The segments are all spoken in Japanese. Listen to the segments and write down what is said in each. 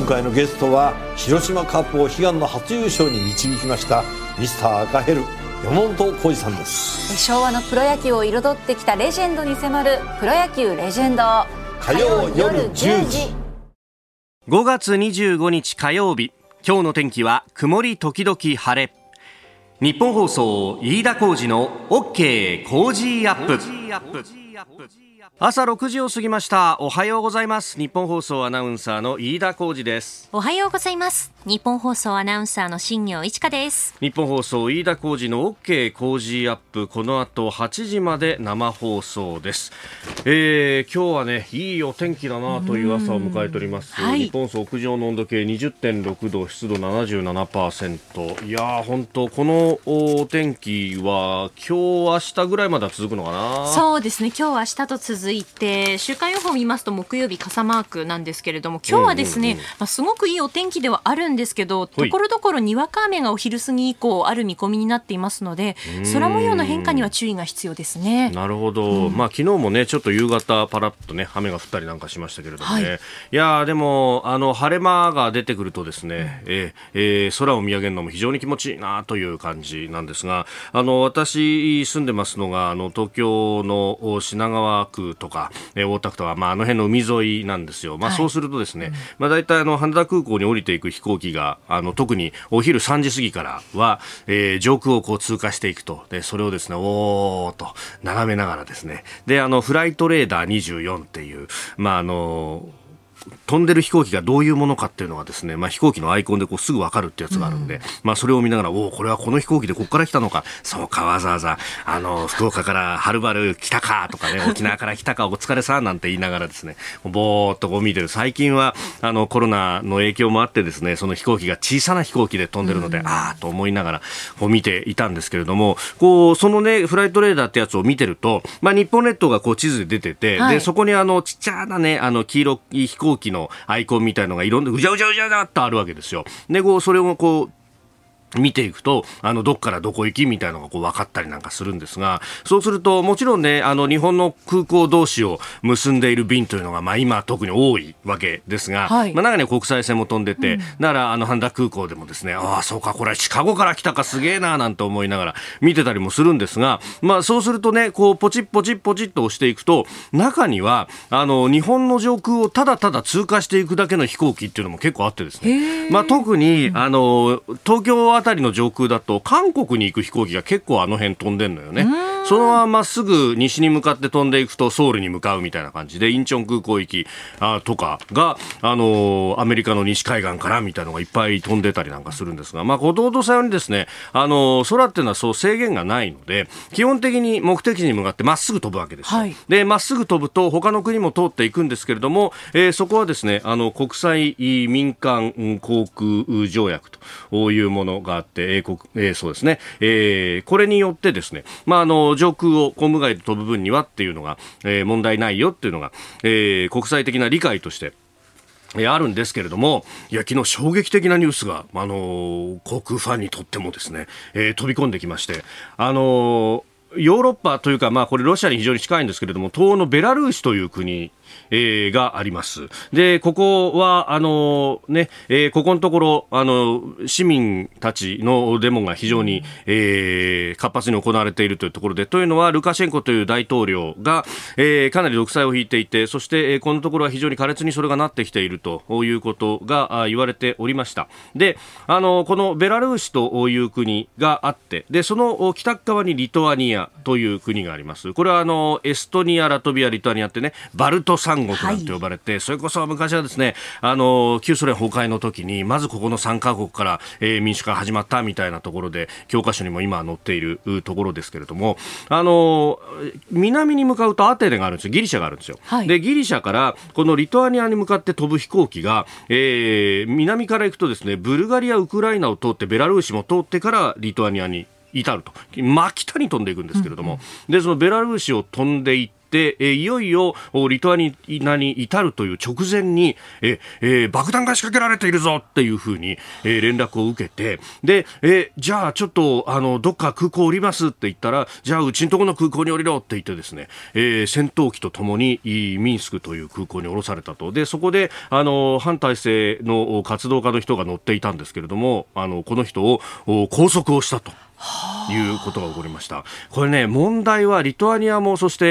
回のゲストは広島カップを悲願の初優勝に導きましたミスター赤ヘル山本浩二さんです。 昭和のプロ野球を彩ってきたレジェンドに迫るプロ野球レジェンド、 火曜夜10時。 5月25日火曜日、今日の天気は曇り時々晴れ。日本放送飯田浩司の OK コージーアップ。朝6時を過ぎました。おはようございます。日本放送アナウンサーの飯田浩司です。 おはようございます。日本放送アナウンサーの新業一華です。 日本放送飯田浩司の OK コージーアップ、この後8時まで生放送です。今日はね、いいお天気だなという朝を迎えております。 はい、 日本放送屋上の温度計 20.6 度、湿度 77%。いやー、本当このお天気は今日明日ぐらいまでは続くのかな。 そうですね、今日明日と続いて、週間予報を見ますと木曜日傘マークなんですけれども、今日はですね、すごくいいお天気ではあるんですけど、ところどころにわか雨がお昼過ぎ以降ある見込みになっていますので、空模様の変化には注意が必要ですね。 なるほど、昨日もねちょっと夕方パラッとね雨が降ったりなんかしましたけれどもね、いやでも晴れ間が出てくるとですね、空を見上げるのも非常に気持ちいいなという感じなんですが、私住んでますのが東京の品川区とか、大田区とか、あの辺の海沿いなんですよ。そうするとですね、だいたい羽田空港に降りていく飛行機が特にお昼3時過ぎからは、上空をこう通過していくと、でそれをですねおーっと眺めながらですね、でフライトレーダー24っていう飛んでる飛行機がどういうものかっていうのがですね、飛行機のアイコンでこうすぐ分かるってやつがあるんで、それを見ながら、これはこの飛行機でここから来たのか、そうか、わざわざ福岡からはるばる来たかとかね、沖縄から来たか、お疲れさなんて言いながらですね、ぼーっとこう見てる。最近はコロナの影響もあってですね、その飛行機が小さな飛行機で飛んでるので、と思いながらこう見ていたんですけれども、こうそのねフライトレーダーってやつを見てると、日本列島がこう地図で出てて、でそこにちっちゃなね黄色い飛行機のアイコンみたいのがいろんなうじゃうじゃうじゃっとあるわけですよ。でそれをこう見ていくとどっからどこ行きみたいなのがこう分かったりなんかするんですが、そうするともちろんね日本の空港同士を結んでいる便というのが今特に多いわけですが、中には国際線も飛んでて、だから羽田空港でもですね、そうかこれはシカゴから来たかすげえななんて思いながら見てたりもするんですが、そうするとねこうポチッポチッポチッと押していくと、中には日本の上空をただただ通過していくだけの飛行機っていうのも結構あってですね、特に東京あたりの上空だと韓国に行く飛行機が結構辺飛んでんのよね。そのまますぐ西に向かって飛んでいくとソウルに向かうみたいな感じで、インチョン空港行きとかがアメリカの西海岸からみたいなのがいっぱい飛んでたりなんかするんですが、ごとごとさようにですね空っていうのはそう制限がないので、基本的に目的地に向かってまっすぐ飛ぶわけですよ。でまっすぐ飛ぶと他の国も通っていくんですけれども、そこはですね国際民間航空条約というものがあって、そうですね、これによってですね、上空をコムガイで飛ぶ分にはっていうのが、問題ないよっていうのが、国際的な理解としてあるんですけれども、昨日衝撃的なニュースが、航空ファンにとってもですね、飛び込んできまして、ヨーロッパというか、これロシアに非常に近いんですけれども、東欧のベラルーシという国があります。でここはここのところ市民たちのデモが非常に、活発に行われているというところで、というのはルカシェンコという大統領が、かなり独裁を引いていて、そして、このところは非常に苛烈にそれがなってきているということが言われておりました。でこのベラルーシという国があって、でその北側にリトアニアという国があります。これはエストニア、ラトビア、リトアニアってね、バルト三国なんて呼ばれて、それこそ昔はですね旧ソ連崩壊の時にまずここの3カ国から、民主化が始まったみたいなところで、教科書にも今載っているところですけれども、南に向かうとアテネがあるんですよ。ギリシャがあるんですよ。でギリシャからこのリトアニアに向かって飛ぶ飛行機が、南から行くとですね、ブルガリア、ウクライナを通ってベラルーシも通ってからリトアニアに至ると、北に飛んでいくんですけれども、でそのベラルーシを飛んでいって、 で、いよいよリトアニアに至るという直前に、爆弾が仕掛けられているぞっていうふうに、連絡を受けて、で、じゃあちょっとどっか空港降りますって言ったら、じゃあうちのところの空港に降りろって言ってですね、戦闘機とともにミンスクという空港に降ろされたと。でそこで反体制の活動家の人が乗っていたんですけれども、この人を拘束をしたということが起こりました。これね、問題はリトアニアもそして、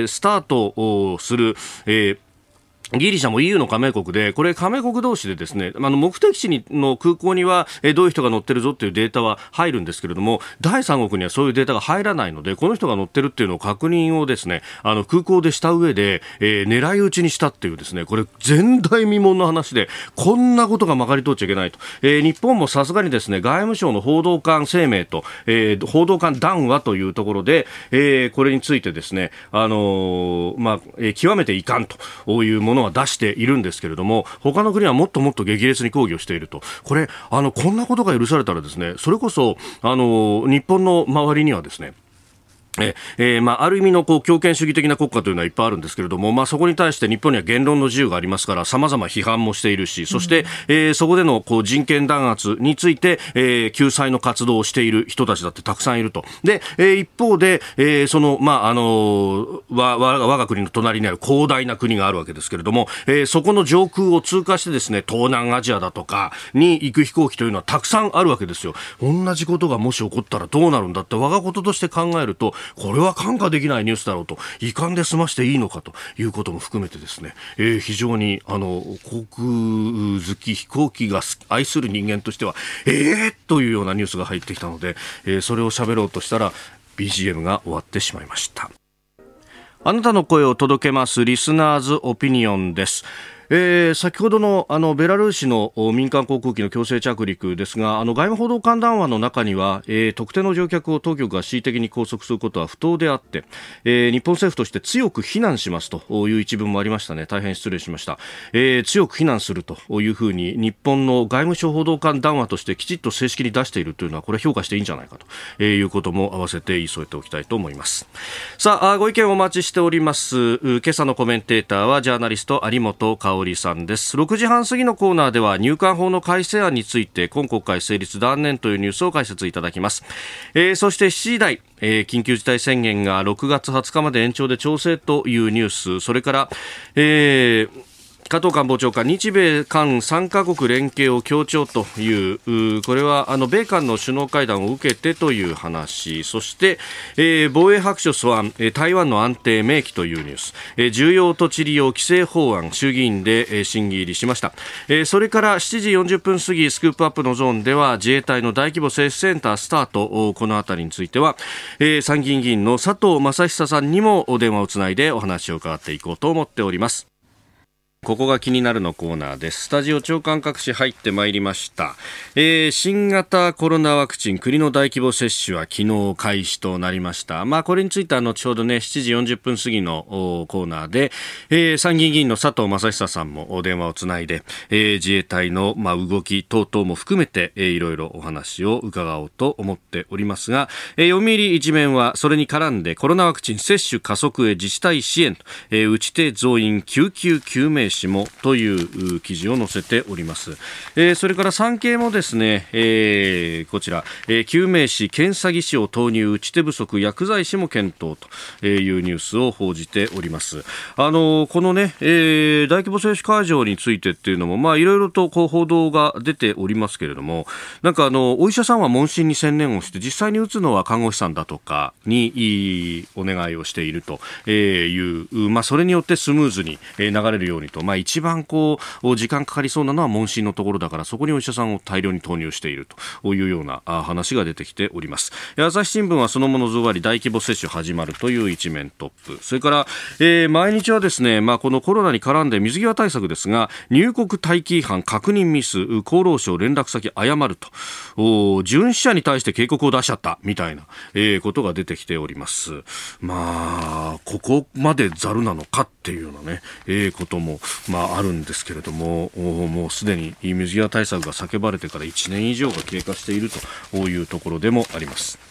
スタートをする、ギリシャも EU の加盟国で、これ加盟国同士でですね、目的地の空港にはどういう人が乗ってるぞっていうデータは入るんですけれども、第三国にはそういうデータが入らないので、この人が乗ってるっていうのを確認をですね、空港でした上で、狙い撃ちにしたっていうですね、これ前代未聞の話で、こんなことがまかり通っちゃいけないと。日本もさすがにですね、外務省の報道官声明と、報道官談話というところで、これについてですね、極めて遺憾というものは出しているんですけれども、他の国はもっともっと激烈に抗議をしていると。これこんなことが許されたらですね、それこそ日本の周りにはですね、ある意味の強権主義的な国家というのはいっぱいあるんですけれども、そこに対して日本には言論の自由がありますから様々批判もしているし、そして、そこでの人権弾圧について、救済の活動をしている人たちだってたくさんいると。で、一方で、我が国の隣にある広大な国があるわけですけれども、そこの上空を通過してですね、東南アジアだとかに行く飛行機というのはたくさんあるわけですよ。同じことがもし起こったらどうなるんだって我がこととして考えると、これは看過できないニュースだろうと、遺憾で済ましていいのかということも含めてですね、非常に航空好き、飛行機が愛する人間としてはというようなニュースが入ってきたので、それを喋ろうとしたら BGM が終わってしまいました。あなたの声を届けますリスナーズオピニオンです。先ほどのベラルーシの民間航空機の強制着陸ですが、外務報道官談話の中には、特定の乗客を当局が恣意的に拘束することは不当であって、日本政府として強く非難しますという一文もありましたね。大変失礼しました。強く非難するというふうに日本の外務省報道官談話としてきちっと正式に出しているというのは、これ評価していいんじゃないかということも合わせて言い添えておきたいと思います。さあ、ご意見をお待ちしております。今朝のコメンテーターはジャーナリスト有本香織さんです。6時半過ぎのコーナーでは入管法の改正案について今国会成立断念というニュースを解説いただきます。そして7時台、緊急事態宣言が6月20日まで延長で調整というニュース、それから、加藤官房長官、日米韓3カ国連携を強調という、これは米韓の首脳会談を受けてという話、そして、防衛白書素案、台湾の安定明記というニュース、重要土地利用規制法案、衆議院で、審議入りしました。それから7時40分過ぎ、スクープアップのゾーンでは自衛隊の大規模接種センタースタート、このあたりについては、参議院議員の佐藤正久さんにもお電話をつないでお話を伺っていこうと思っております。ここが気になるのコーナーです。スタジオ長官各紙入ってまいりました。新型コロナワクチン国の大規模接種は昨日開始となりました。これについては後ほどね、7時40分過ぎのコーナーで、参議院議員の佐藤正久さんもお電話をつないで、自衛隊の動き等々も含めて、いろいろお話を伺おうと思っておりますが、読売一面はそれに絡んでコロナワクチン接種加速へ自治体支援、打ち手増員救急救命士もという記事を載せております。それから産経もですね、こちら、救命士検査技師を投入、打ち手不足、薬剤師も検討というニュースを報じております。このね、大規模接種会場についてっていうのもいろいろと報道が出ておりますけれども、なんかお医者さんは問診に専念をして実際に打つのは看護師さんだとかにお願いをしているという、それによってスムーズに流れるようにと、一番時間かかりそうなのは問診のところだから、そこにお医者さんを大量に投入しているというような話が出てきております。朝日新聞はそのものずばり大規模接種始まるという一面トップ。それから、毎日はですね、このコロナに絡んで水際対策ですが、入国待機違反確認ミス、厚労省連絡先誤ると、巡視者に対して警告を出しちゃったみたいな、ことが出てきております。ここまでざるなのかっていうようなね、こともあるんですけれども、もうすでに水際対策が叫ばれてから1年以上が経過しているというところでもあります。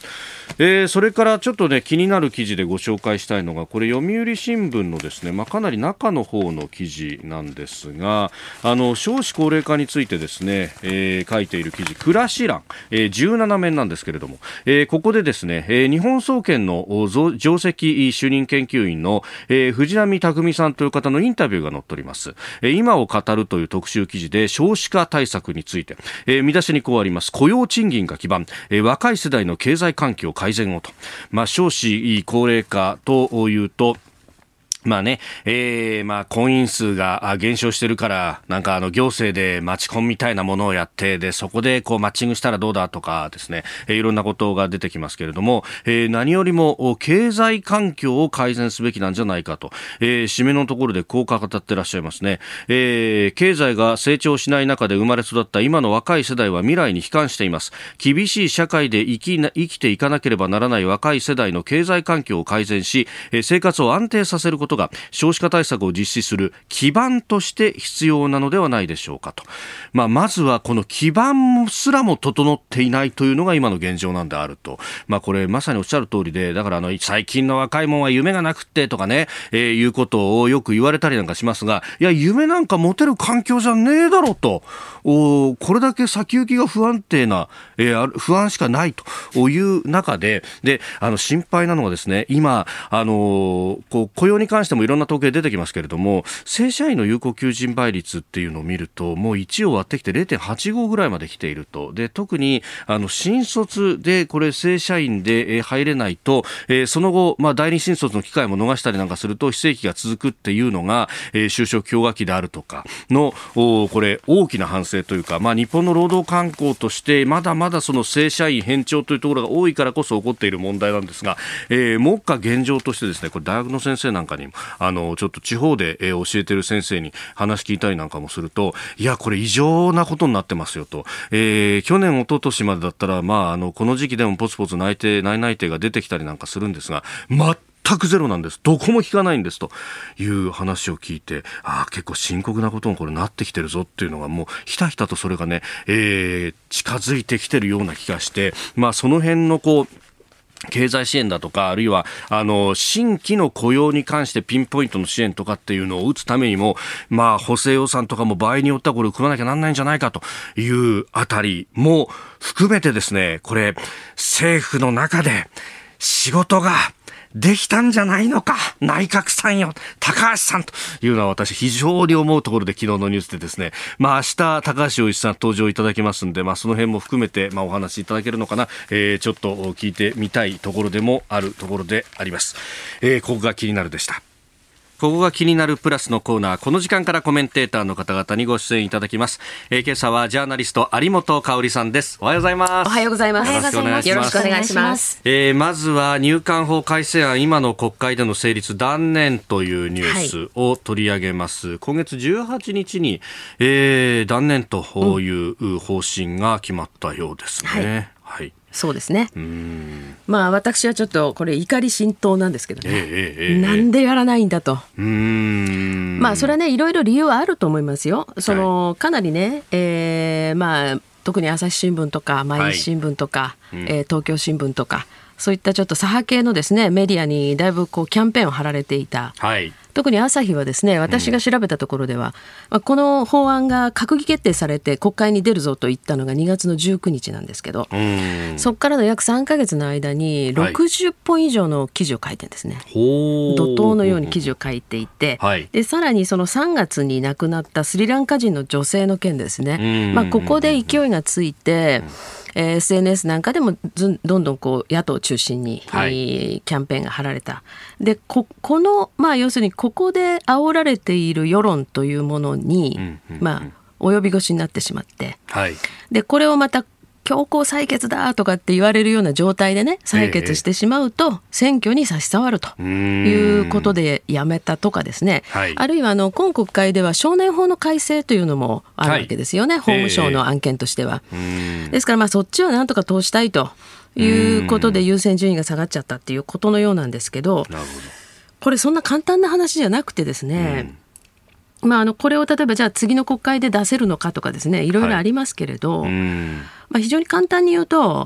それからちょっとね気になる記事でご紹介したいのがこれ読売新聞のですね、かなり中の方の記事なんですが少子高齢化についてですね、書いている記事暮らし欄、17面なんですけれども、ここでですね、日本総研の上席主任研究員の、藤波匠さんという方のインタビューが載っております。今を語るという特集記事で少子化対策について、見出しにこうあります。雇用賃金が基盤、若い世代の経済環境改善をと、少子高齢化というと婚姻数が減少してるからなんか行政でマチコンみたいなものをやってでそこでこうマッチングしたらどうだとかですね、いろんなことが出てきますけれども、何よりも経済環境を改善すべきなんじゃないかと、締めのところでこう語ってらっしゃいますね。経済が成長しない中で生まれ育った今の若い世代は未来に悲観しています。厳しい社会で生きていかなければならない若い世代の経済環境を改善し、生活を安定させることが少子化対策を実施する基盤として必要なのではないでしょうかと、まずはこの基盤すらも整っていないというのが今の現状なんであると、これまさにおっしゃる通りで、だから最近の若いもんは夢がなくってとかね、いうことをよく言われたりなんかしますが、いや夢なんか持てる環境じゃねえだろうと、これだけ先行きが不安定な、不安しかないという中で、心配なのはですね、今雇用に関してもいろんな統計出てきますけれども、正社員の有効求人倍率っていうのを見るともう1を割ってきて 0.85 ぐらいまで来ていると。で特に新卒でこれ正社員で入れないと、その後、第二新卒の機会も逃したりなんかすると非正規が続くっていうのが、就職氷河期であるとかのこれ大きな反省というか、日本の労働環境としてまだまだその正社員偏重というところが多いからこそ起こっている問題なんですが、目下現状としてですね、これ大学の先生なんかにもちょっと地方で教えてる先生に話聞いたりなんかもすると、いやこれ異常なことになってますよと、去年一昨年までだったら、この時期でもポツポツ内定が出てきたりなんかするんですが、全くゼロなんです。どこも効かないんですという話を聞いて、結構深刻なこともこれなってきてるぞっていうのがもうひたひたとそれがね、近づいてきてるような気がして、その辺の経済支援だとか、あるいは新規の雇用に関してピンポイントの支援とかっていうのを打つためにも、補正予算とかも場合によってはこれ組まなきゃなんないんじゃないかというあたりも含めてですね、これ政府の中で仕事ができたんじゃないのか、内閣さんよ、高橋さんというのは私非常に思うところで、昨日のニュースでですね、明日高橋洋一さん登場いただきますんで、その辺も含めてお話しいただけるのかな、ちょっと聞いてみたいところでもあるところであります。ここが気になるでした。ここが気になるプラスのコーナー。この時間からコメンテーターの方々にご出演いただきます。今朝はジャーナリスト有本香里さんです。おはようございます。 おはようございます。 よろしくお願いします。 よろしくお願いします。 まずは入管法改正案、今の国会での成立断念というニュースを取り上げます。今月18日に、断念という方針が決まったようですね。はいそうですね。私はちょっとこれ怒り心頭なんですけどね、なんでやらないんだと。それはね、いろいろ理由はあると思いますよ。かなりね、特に朝日新聞とか毎日新聞とか、東京新聞とか、そういったちょっと左派系のですねメディアにだいぶキャンペーンを張られていた。特に朝日はですね、私が調べたところでは、この法案が閣議決定されて国会に出るぞと言ったのが2月の19日なんですけど、そこからの約3ヶ月の間に60本以上の記事を書いてるんですね。怒涛のように記事を書いていて、でさらにその3月に亡くなったスリランカ人の女性の件ですね、ここで勢いがついて、SNS なんかでもどんどん野党を中心に、キャンペーンが張られた。でこの、要するにここで煽られている世論というものに、及び腰になってしまって、でこれをまた強行採決だとかって言われるような状態でね採決してしまうと選挙に差し障るということでやめたとかですね、あるいは今国会では少年法の改正というのもあるわけですよね、法務省の案件としては。ですからそっちをなんとか通したいということで優先順位が下がっちゃったっていうことのようなんですけど、これそんな簡単な話じゃなくてですね、これを例えばじゃあ次の国会で出せるのかとかですね、いろいろありますけれど、非常に簡単に言うと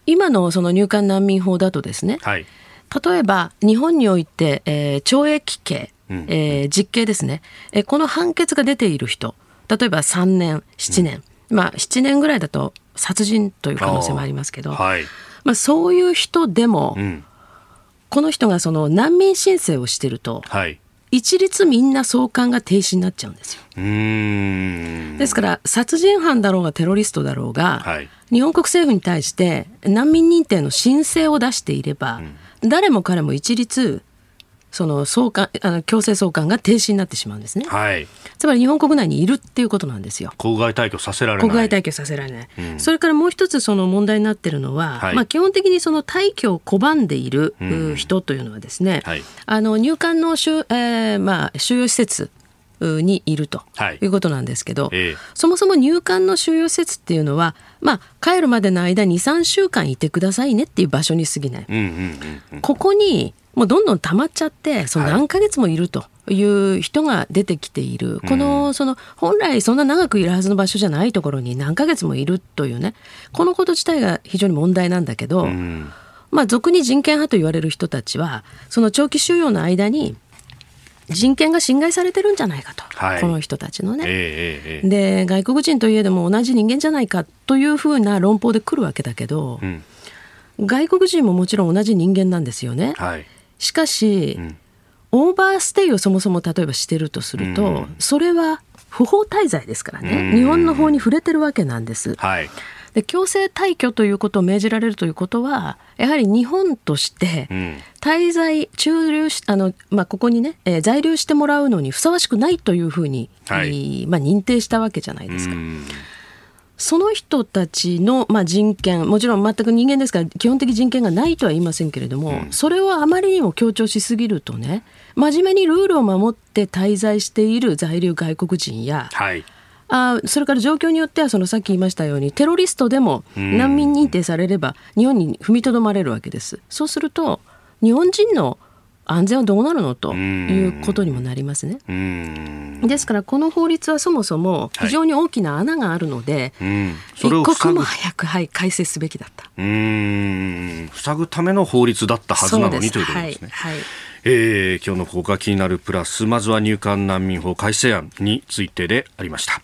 今のその入管難民法だとですね、はい、例えば日本において、懲役刑、実刑ですね、この判決が出ている人、例えば3年7年、7年ぐらいだと殺人という可能性もありますけど、はい、そういう人でも、この人がその難民申請をしていると、はい、一律みんな送還が停止になっちゃうんですよ。ですから殺人犯だろうがテロリストだろうが、はい、日本国政府に対して難民認定の申請を出していれば、誰も彼も一律その強制送還が停止になってしまうんですね、はい、つまり日本国内にいるっていうことなんですよ。 国外退去させられない。 国外退去させられない、それからもう一つその問題になっているのは、はい、基本的にその退去を拒んでいる人というのはですね、はい、入管の収容施設にいるということなんですけど、そもそも入管の収容施設っていうのは、帰るまでの間に 2,3 週間いてくださいねっていう場所に過ぎない、ここにもうどんどん溜まっちゃって、その何ヶ月もいるという人が出てきている、この本来そんな長くいるはずの場所じゃないところに何ヶ月もいるというね、このこと自体が非常に問題なんだけど、俗に人権派と言われる人たちはその長期収容の間に人権が侵害されてるんじゃないかと、はい、この人たちのね、で外国人といえども同じ人間じゃないかというふうな論法で来るわけだけど、外国人ももちろん同じ人間なんですよね、はい、しかし、オーバーステイをそもそも例えばしてるとすると、それは不法滞在ですからね、日本の法に触れてるわけなんです、はい、で強制退去ということを命じられるということは、やはり日本として滞在駐留しここにね、在留してもらうのにふさわしくないというふうに、認定したわけじゃないですか。その人たちの、人権、もちろん全く人間ですから基本的人権がないとは言いませんけれども、それをあまりにも強調しすぎるとね、真面目にルールを守って滞在している在留外国人や、それから状況によってはさっき言いましたようにテロリストでも難民認定されれば日本に踏みとどまれるわけです。そうすると日本人の安全はどうなるのということにもなりますね。ですからこの法律はそもそも非常に大きな穴があるので、一刻も早く、改正すべきだった。 塞ぐための法律だったはずなのにということですね。今日のここが気になるプラス、まずは入管難民法改正案についてでありました。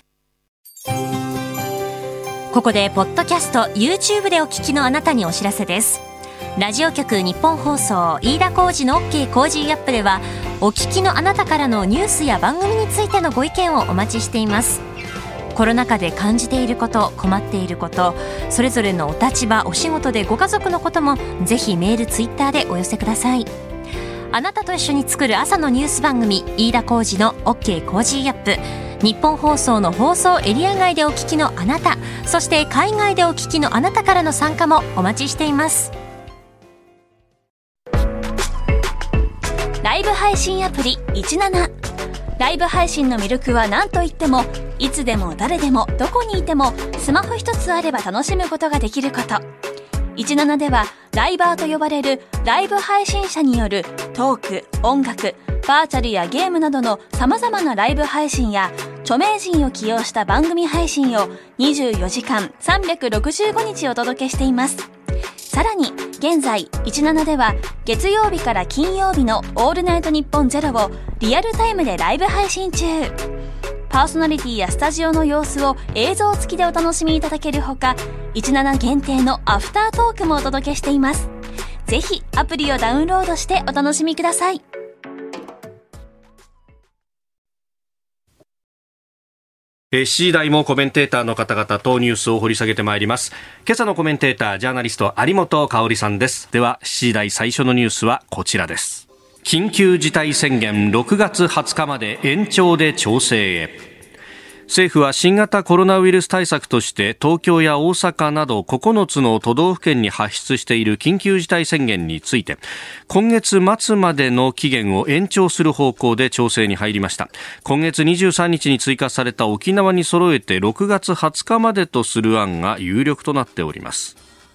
ここでポッドキャスト YouTube でお聞きのあなたにお知らせです。ラジオ局日本放送飯田浩司の OK コージーアップでは、お聞きのあなたからのニュースや番組についてのご意見をお待ちしています。コロナ禍で感じていること、困っていること、それぞれのお立場、お仕事でご家族のこともぜひメール、ツイッターでお寄せください。あなたと一緒に作る朝のニュース番組、飯田浩司の OK コージーアップ。日本放送の放送エリア外でお聞きのあなた、そして海外でお聞きのあなたからの参加もお待ちしています。ライブ配信アプリ17。ライブ配信の魅力は何といっても、いつでも誰でもどこにいてもスマホ一つあれば楽しむことができること。17ではライバーと呼ばれるライブ配信者によるトーク、音楽、バーチャルやゲームなどの様々なライブ配信や著名人を起用した番組配信を24時間365日お届けしています。さらに現在17では月曜日から金曜日のオールナイトニッポンゼロをリアルタイムでライブ配信中。パーソナリティやスタジオの様子を映像付きでお楽しみいただけるほか、17限定のアフタートークもお届けしています。ぜひアプリをダウンロードしてお楽しみください。 7時台もコメンテーターの方々とニュースを掘り下げてまいります。今朝のコメンテーター、ジャーナリスト有本香里さんです。では7時台最初のニュースはこちらです。緊急事態宣言6月20日まで延長で調整へ。政府は新型コロナウイルス対策として東京や大阪など9つの都道府県に発出している緊急事態宣言について、今月末までの期限を延長する方向で調整に入りました。今月23日に追加された沖縄に揃えて6月20日までとする案が有力となっております。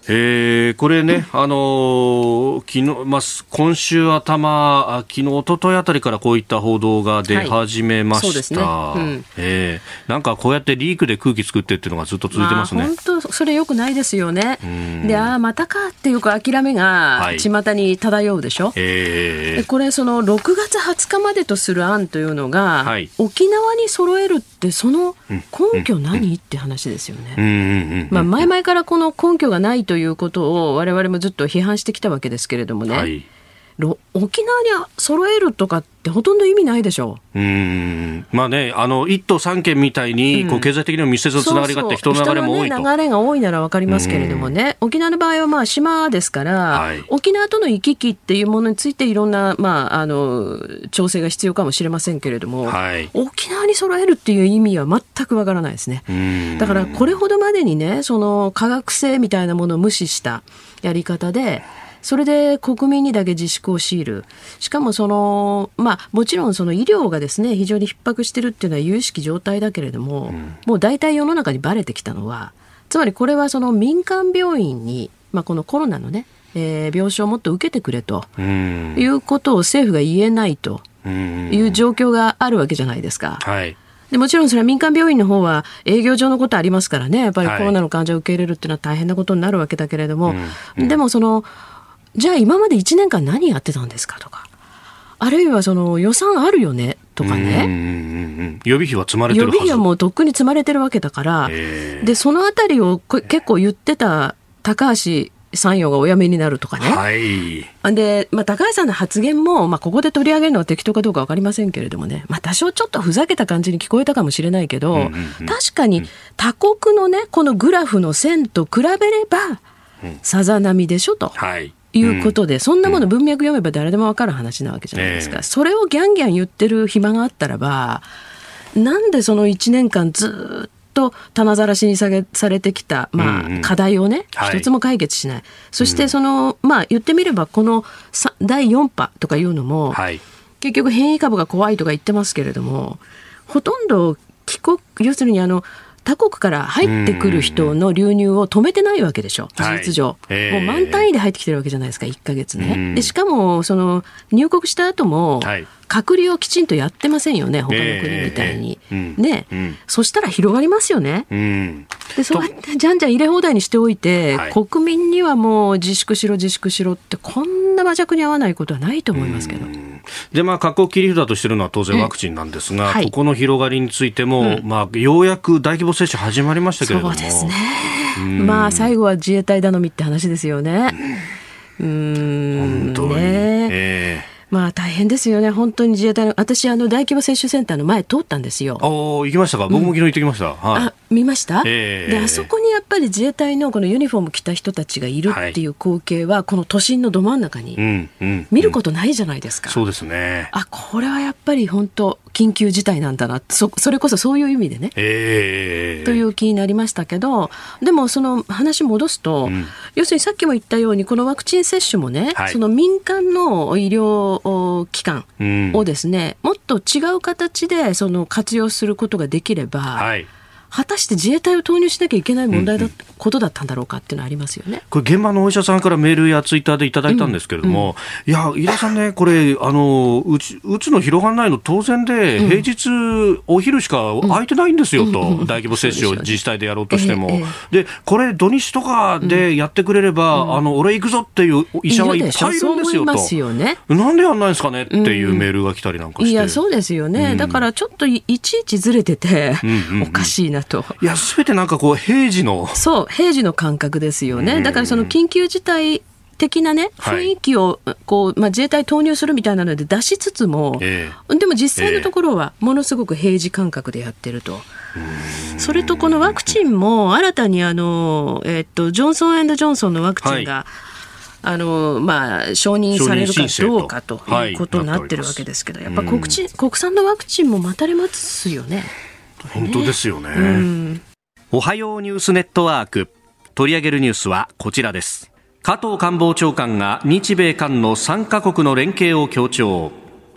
これね、昨日、今週頭、昨日、一昨日あたりからこういった報道が出始めました。そうですね。なんかこうやってリークで空気作ってっていうのがずっと続いてますね。 本当、それ良くないですよね。で、またかっていう諦めが巷に漂うでしょ。これ、その6月20日までとする案というのが、沖縄に揃えるって、その根拠何って話ですよね。前々からこの根拠がないということを我々もずっと批判してきたわけですけれどもね、沖縄に揃えるとかってほとんど意味ないでしょう。 まあね、1都3県みたいにこう経済的にも密接なつながりがあって人の流れも多いと。 人の、流れが多いなら分かりますけれどもね、沖縄の場合は島ですから、沖縄との行き来っていうものについていろんな、調整が必要かもしれませんけれども、沖縄に揃えるっていう意味は全く分からないですね。だからこれほどまでにね、その科学性みたいなものを無視したやり方で、それで国民にだけ自粛を強いる。しかももちろんその医療がですね、非常に逼迫しているっていうのは有識状態だけれども、もう大体世の中にバレてきたのは、つまりこれはその民間病院に、このコロナのね、病床をもっと受けてくれということを政府が言えないという状況があるわけじゃないですか。でもちろんそれは民間病院の方は営業上のことありますからね、やっぱりコロナの患者を受け入れるっていうのは大変なことになるわけだけれども、でもじゃあ今まで1年間何やってたんですかとか、あるいは予算あるよねとかね、 予備費は積まれてるはず。 予備費はもうとっくに積まれてるわけだから、でそのあたりを結構言ってた高橋参与がお辞めになるとかね、で、高橋さんの発言も、ここで取り上げるのは適当かどうか分かりませんけれどもね、多少ちょっとふざけた感じに聞こえたかもしれないけど、確かに他国のねこのグラフの線と比べればさざ波でしょと。いうことで、そんなもの文脈読めば誰でも分かる話なわけじゃないですか。それをギャンギャン言ってる暇があったらば、なんでその1年間ずっと棚ざらしにされてきた、課題をね、一つも解決しない。そして言ってみればこの第4波とかいうのも、結局変異株が怖いとか言ってますけれども、ほとんど要するに他国から入ってくる人の流入を止めてないわけでしょ、事実上。もう満単位で入ってきてるわけじゃないですか、1ヶ月ね。でしかも入国した後も隔離をきちんとやってませんよね、他の国みたいに。そしたら広がりますよね。でそうやってじゃんじゃん入れ放題にしておいて、国民にはもう自粛しろ自粛しろって、こんな魔弱に合わないことはないと思いますけど。 で各国切り札としているのは当然ワクチンなんですが、ここの広がりについても、ようやく大規模接種始まりましたけれども、 そうですね。最後は自衛隊頼みって話ですよね。 本当にね。 大変ですよね、本当に自衛隊の。私大規模接種センターの前通ったんですよ。 行きましたか。僕も昨日行ってきました。 見ました。であそこにやっぱり自衛隊のこのユニフォーム着た人たちがいるっていう光景は、この都心のど真ん中に見ることないじゃないですか。 そうですね。 これはやっぱり本当緊急事態なんだな、それこそそういう意味でね、という気になりましたけど、でもその話戻すと、要するにさっきも言ったように、このワクチン接種もね、その民間の医療機関をですね、もっと違う形で活用することができれば、果たして自衛隊を投入しなきゃいけない問題ことだったんだろうかっていうのはありますよね。 これ現場のお医者さんからメールやツイッターでいただいたんですけれども、いや飯田さんね、これうつの広がらないの当然で、平日お昼しか空いてないんですよと、大規模接種を自治体でやろうとしても、でこれ土日とかでやってくれれば、俺行くぞっていう医者はいっぱいいるんですよと、なんでやんないんですかねっていうメールが来たりなんかして、 いやそうですよね、だからちょっといちいちずれてて、おかしいなと。 いや全て平時の感覚ですよね。だからその緊急事態的なね、雰囲気を自衛隊投入するみたいなので出しつつも、でも実際のところはものすごく平時感覚でやってると。それとこのワクチンも新たにジョンソン&ジョンソンのワクチンが、承認されるかどうかということになってるわけですけど、やっぱ国産のワクチンも待たれますよね。 本当ですよね。おはようニュースネットワーク、取り上げるニュースはこちらです。加藤官房長官が日米韓の3カ国の連携を強調。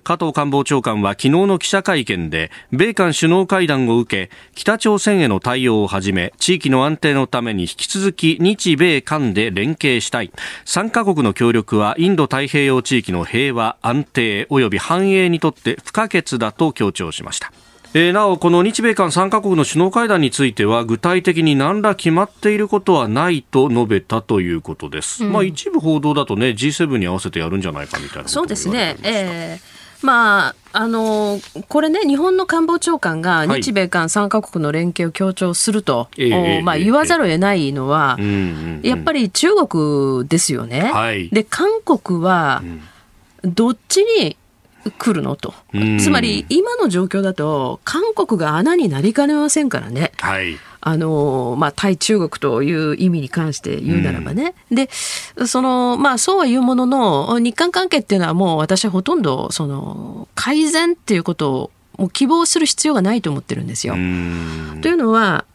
加藤官房長官は昨日の記者会見で米韓首脳会談を受け北朝鮮への対応をはじめ地域の安定のために引き続き日米韓で連携したい、3カ国の協力はインド太平洋地域の平和安定及び繁栄にとって不可欠だと強調しました。なおこの日米韓3カ国の首脳会談については具体的に何ら決まっていることはないと述べたということです、一部報道だとね G7 に合わせてやるんじゃないかみたいなことそうですね、これね日本の官房長官が日米韓3カ国の連携を強調すると、言わざるを得ないのは、やっぱり中国ですよね、で韓国はどっちに来るのと、つまり今の状況だと韓国が穴になりかねませんからね、対中国という意味に関して言うならばね、でそうは言うものの日韓関係っていうのはもう私はほとんど改善っていうことをもう希望する必要がないと思ってるんですよ。というのは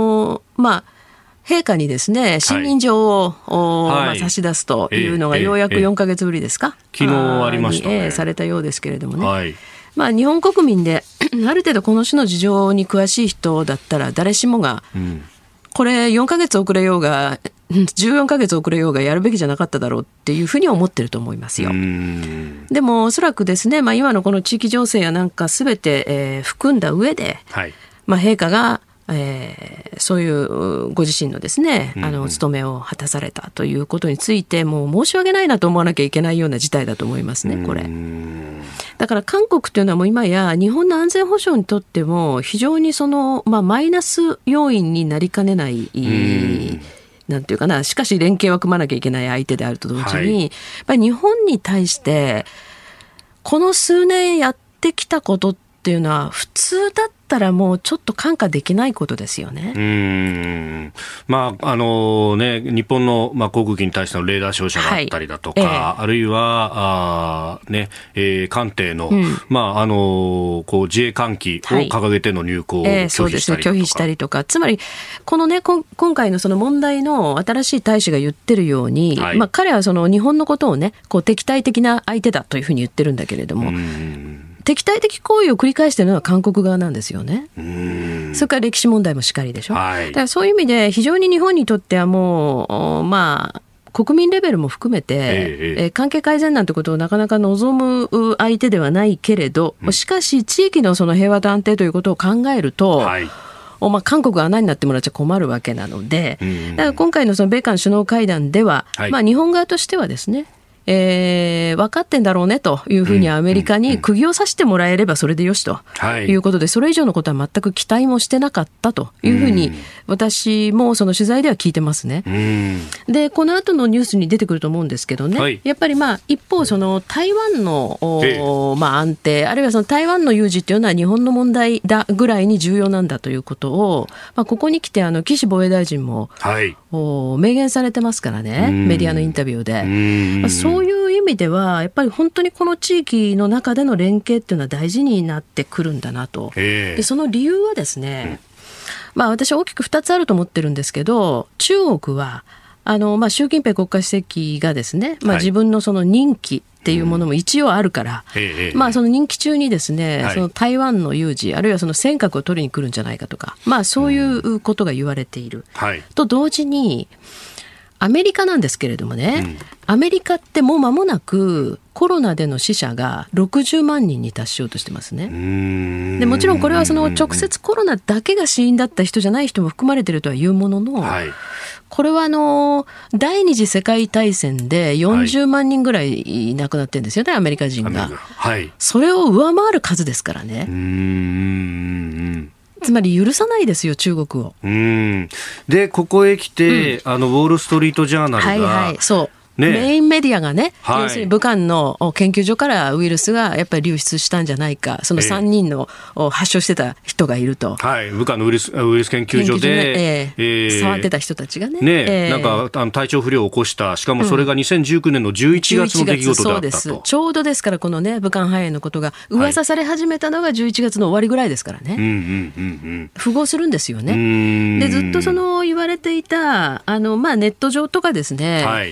陛下にですね信任状を、差し出すというのがようやく4ヶ月ぶりですか、 昨日ありましたね、 されたようですけれどもね、日本国民である程度この種の事情に詳しい人だったら誰しもが、これ4ヶ月遅れようが14ヶ月遅れようがやるべきじゃなかっただろうっていうふうに思ってると思いますよ。でもおそらくですね、今のこの地域情勢やなんか全て、含んだ上で、陛下がそういうご自身のですね務めを果たされたということについてもう申し訳ないなと思わなきゃいけないような事態だと思いますねこれ。だから韓国というのはもう今や日本の安全保障にとっても非常にマイナス要因になりかねないなんていうかな、しかし連携は組まなきゃいけない相手であると同時に、やっぱり日本に対してこの数年やってきたことっていうのは普通だったらもうちょっと看過できないことですよね。 日本の、航空機に対してのレーダー照射があったりだとか、あるいは艦艇の、自衛艦機を掲げての入港を拒否したりとか、 つまりこのね今回のその問題の新しい大使が言ってるように、彼はその日本のことをね敵対的な相手だというふうに言ってるんだけれども、敵対的行為を繰り返しているのは韓国側なんですよね。それから歴史問題もしかりでしょ、だからそういう意味で非常に日本にとってはもう国民レベルも含めて、関係改善なんてことをなかなか望む相手ではないけれど、しかし地域のその平和と安定ということを考えると、韓国が穴になってもらっちゃ困るわけなので、だから今回のその米韓首脳会談では、日本側としてはですね分かってんだろうねというふうにアメリカに釘を刺してもらえればそれでよしということで、それ以上のことは全く期待もしてなかったというふうに私もその取材では聞いてますね。でこの後のニュースに出てくると思うんですけどね、やっぱり一方その台湾の安定、あるいはその台湾の有事というのは日本の問題だぐらいに重要なんだということを、ここに来て岸防衛大臣も明言されてますからね、メディアのインタビューで。そういう意味ではやっぱり本当にこの地域の中での連携っていうのは大事になってくるんだなと。でその理由はですね、私は大きく2つあると思ってるんですけど、中国は習近平国家主席がですね、自分のその任期っていうものも一応あるから、その任期中にですね、その台湾の有事あるいはその尖閣を取りに来るんじゃないかとか、そういうことが言われている、と同時にアメリカなんですけれどもね、アメリカってもう間もなくコロナでの死者が60万人に達しようとしてますね。でもちろんこれはその直接コロナだけが死因だった人じゃない人も含まれているとはいうものの、これは第二次世界大戦で40万人ぐらい亡くなってるんですよね、アメリカ人が。それを上回る数ですからね。つまり許さないですよ中国を。 でここへ来て、ウォールストリートジャーナルが、メインメディアがね、要するに武漢の研究所からウイルスがやっぱり流出したんじゃないか、その3人の発症してた人がいると、武漢のウイルス研究所で、触ってた人たちがね、なんか体調不良を起こした、しかもそれが2019年の11月の出来事だったと。 そうです、ちょうどですからこのね武漢肺炎のことが噂され始めたのが11月の終わりぐらいですからね、符合するんですよね。でずっとその言われていたネット上とかですね、あるいは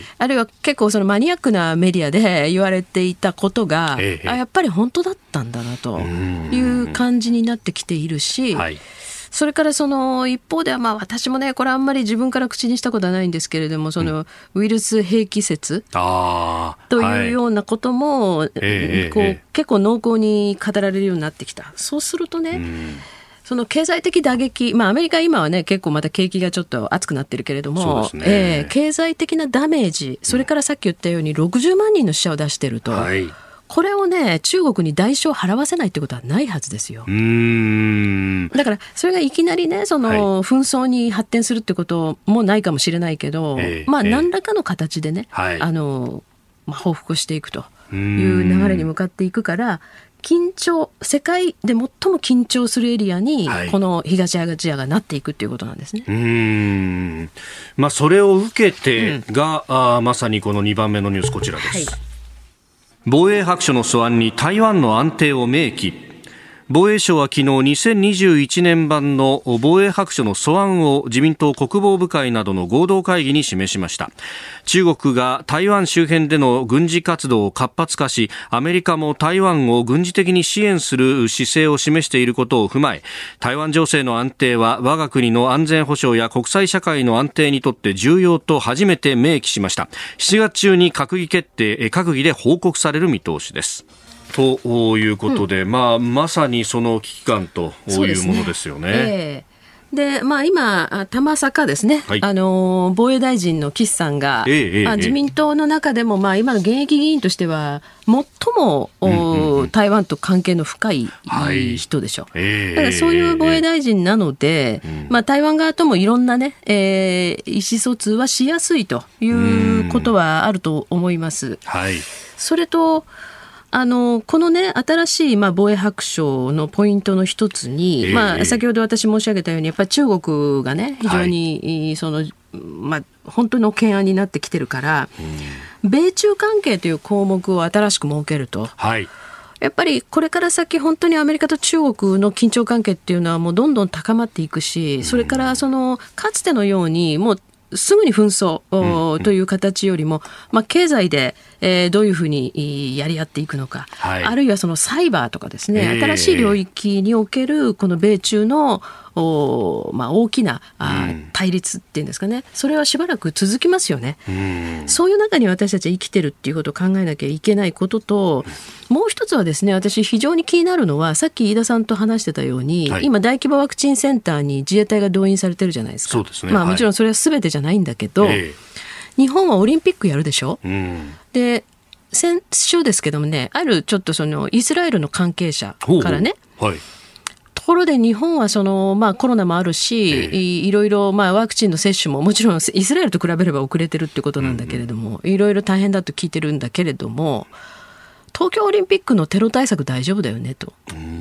結構そのマニアックなメディアで言われていたことが、やっぱり本当だったんだなという感じになってきているし、それからその一方では私もねこれあんまり自分から口にしたことはないんですけれども、そのウイルス兵器説というようなことも、結構濃厚に語られるようになってきた。そうするとね、その経済的打撃、アメリカ今はね結構また景気がちょっと熱くなってるけれども、経済的なダメージ、それからさっき言ったように60万人の死者を出してると、これをね中国に代償を払わせないってことはないはずですよ。だからそれがいきなりねその紛争に発展するってこともないかもしれないけど、何らかの形でね、報復していくという流れに向かっていくから、緊張、世界で最も緊張するエリアにこの東アジアがなっていくっていうことなんですね。 それを受けてが、まさにこの2番目のニュース、こちらです。防衛白書の素案に台湾の安定を明記。防衛省は昨日2021年版の防衛白書の素案を自民党国防部会などの合同会議に示しました。中国が台湾周辺での軍事活動を活発化し、アメリカも台湾を軍事的に支援する姿勢を示していることを踏まえ、台湾情勢の安定は我が国の安全保障や国際社会の安定にとって重要と初めて明記しました。7月中に閣議で報告される見通しです。ということで、まさにその危機感というものですよね。 で今玉坂ですね、防衛大臣の岸さんが、自民党の中でも今の現役議員としては最も、台湾と関係の深い人でしょう。だからそういう防衛大臣なので、台湾側ともいろんなね、意思疎通はしやすいということはあると思います。それとこのね新しい防衛白書のポイントの一つに、先ほど私申し上げたようにやっぱり中国がね非常にその、本当の懸案になってきてるから、米中関係という項目を新しく設けると、やっぱりこれから先本当にアメリカと中国の緊張関係っていうのはもうどんどん高まっていくし、それからそのかつてのようにもうすぐに紛争という形よりも、経済でどういうふうにやり合っていくのか、あるいはそのサイバーとかですね、新しい領域におけるこの米中の大きな対立っていうんですかね、それはしばらく続きますよね。そういう中に私たちは生きてるっていうことを考えなきゃいけないことと、もう一つはですね、私非常に気になるのはさっき飯田さんと話してたように、今大規模ワクチンセンターに自衛隊が動員されてるじゃないですか。 そうですね。 もちろんそれは全てじゃないんだけど、日本はオリンピックやるでしょ。で先週ですけどもね、あるちょっとそのイスラエルの関係者からね、ところで日本はその、コロナもあるし、いろいろワクチンの接種ももちろんイスラエルと比べれば遅れてるってことなんだけれども、いろいろ大変だと聞いてるんだけれども、東京オリンピックのテロ対策大丈夫だよねと。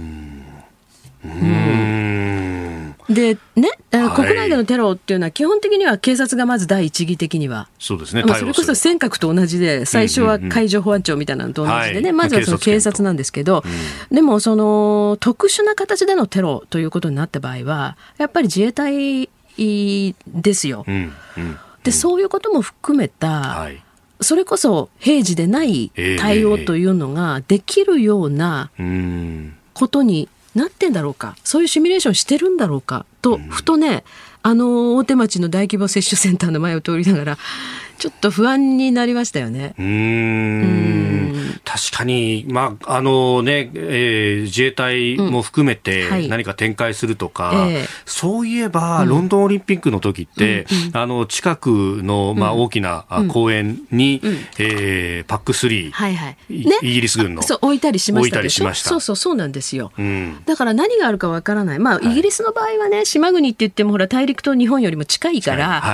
でね、国内でのテロっていうのは基本的には警察がまず第一義的には、 そうですね、 それこそ尖閣と同じで最初は海上保安庁みたいなのと同じでね、まずはその警察なんですけど、でもその特殊な形でのテロということになった場合はやっぱり自衛隊ですよ。でそういうことも含めた、それこそ平時でない対応というのができるようなことになってんだろうか、そういうシミュレーションしてるんだろうかと、ふとね大手町の大規模接種センターの前を通りながらちょっと不安になりましたよね。 確かに、自衛隊も含めて何か展開するとか、そういえば、ロンドンオリンピックの時って、近くの、大きな公園に、パック3、イギリス軍の置いたりしましたでしょ。そうなんですよ。だから何があるかわからない。イギリスの場合はね、島国って言ってもほら大陸と日本よりも近いから、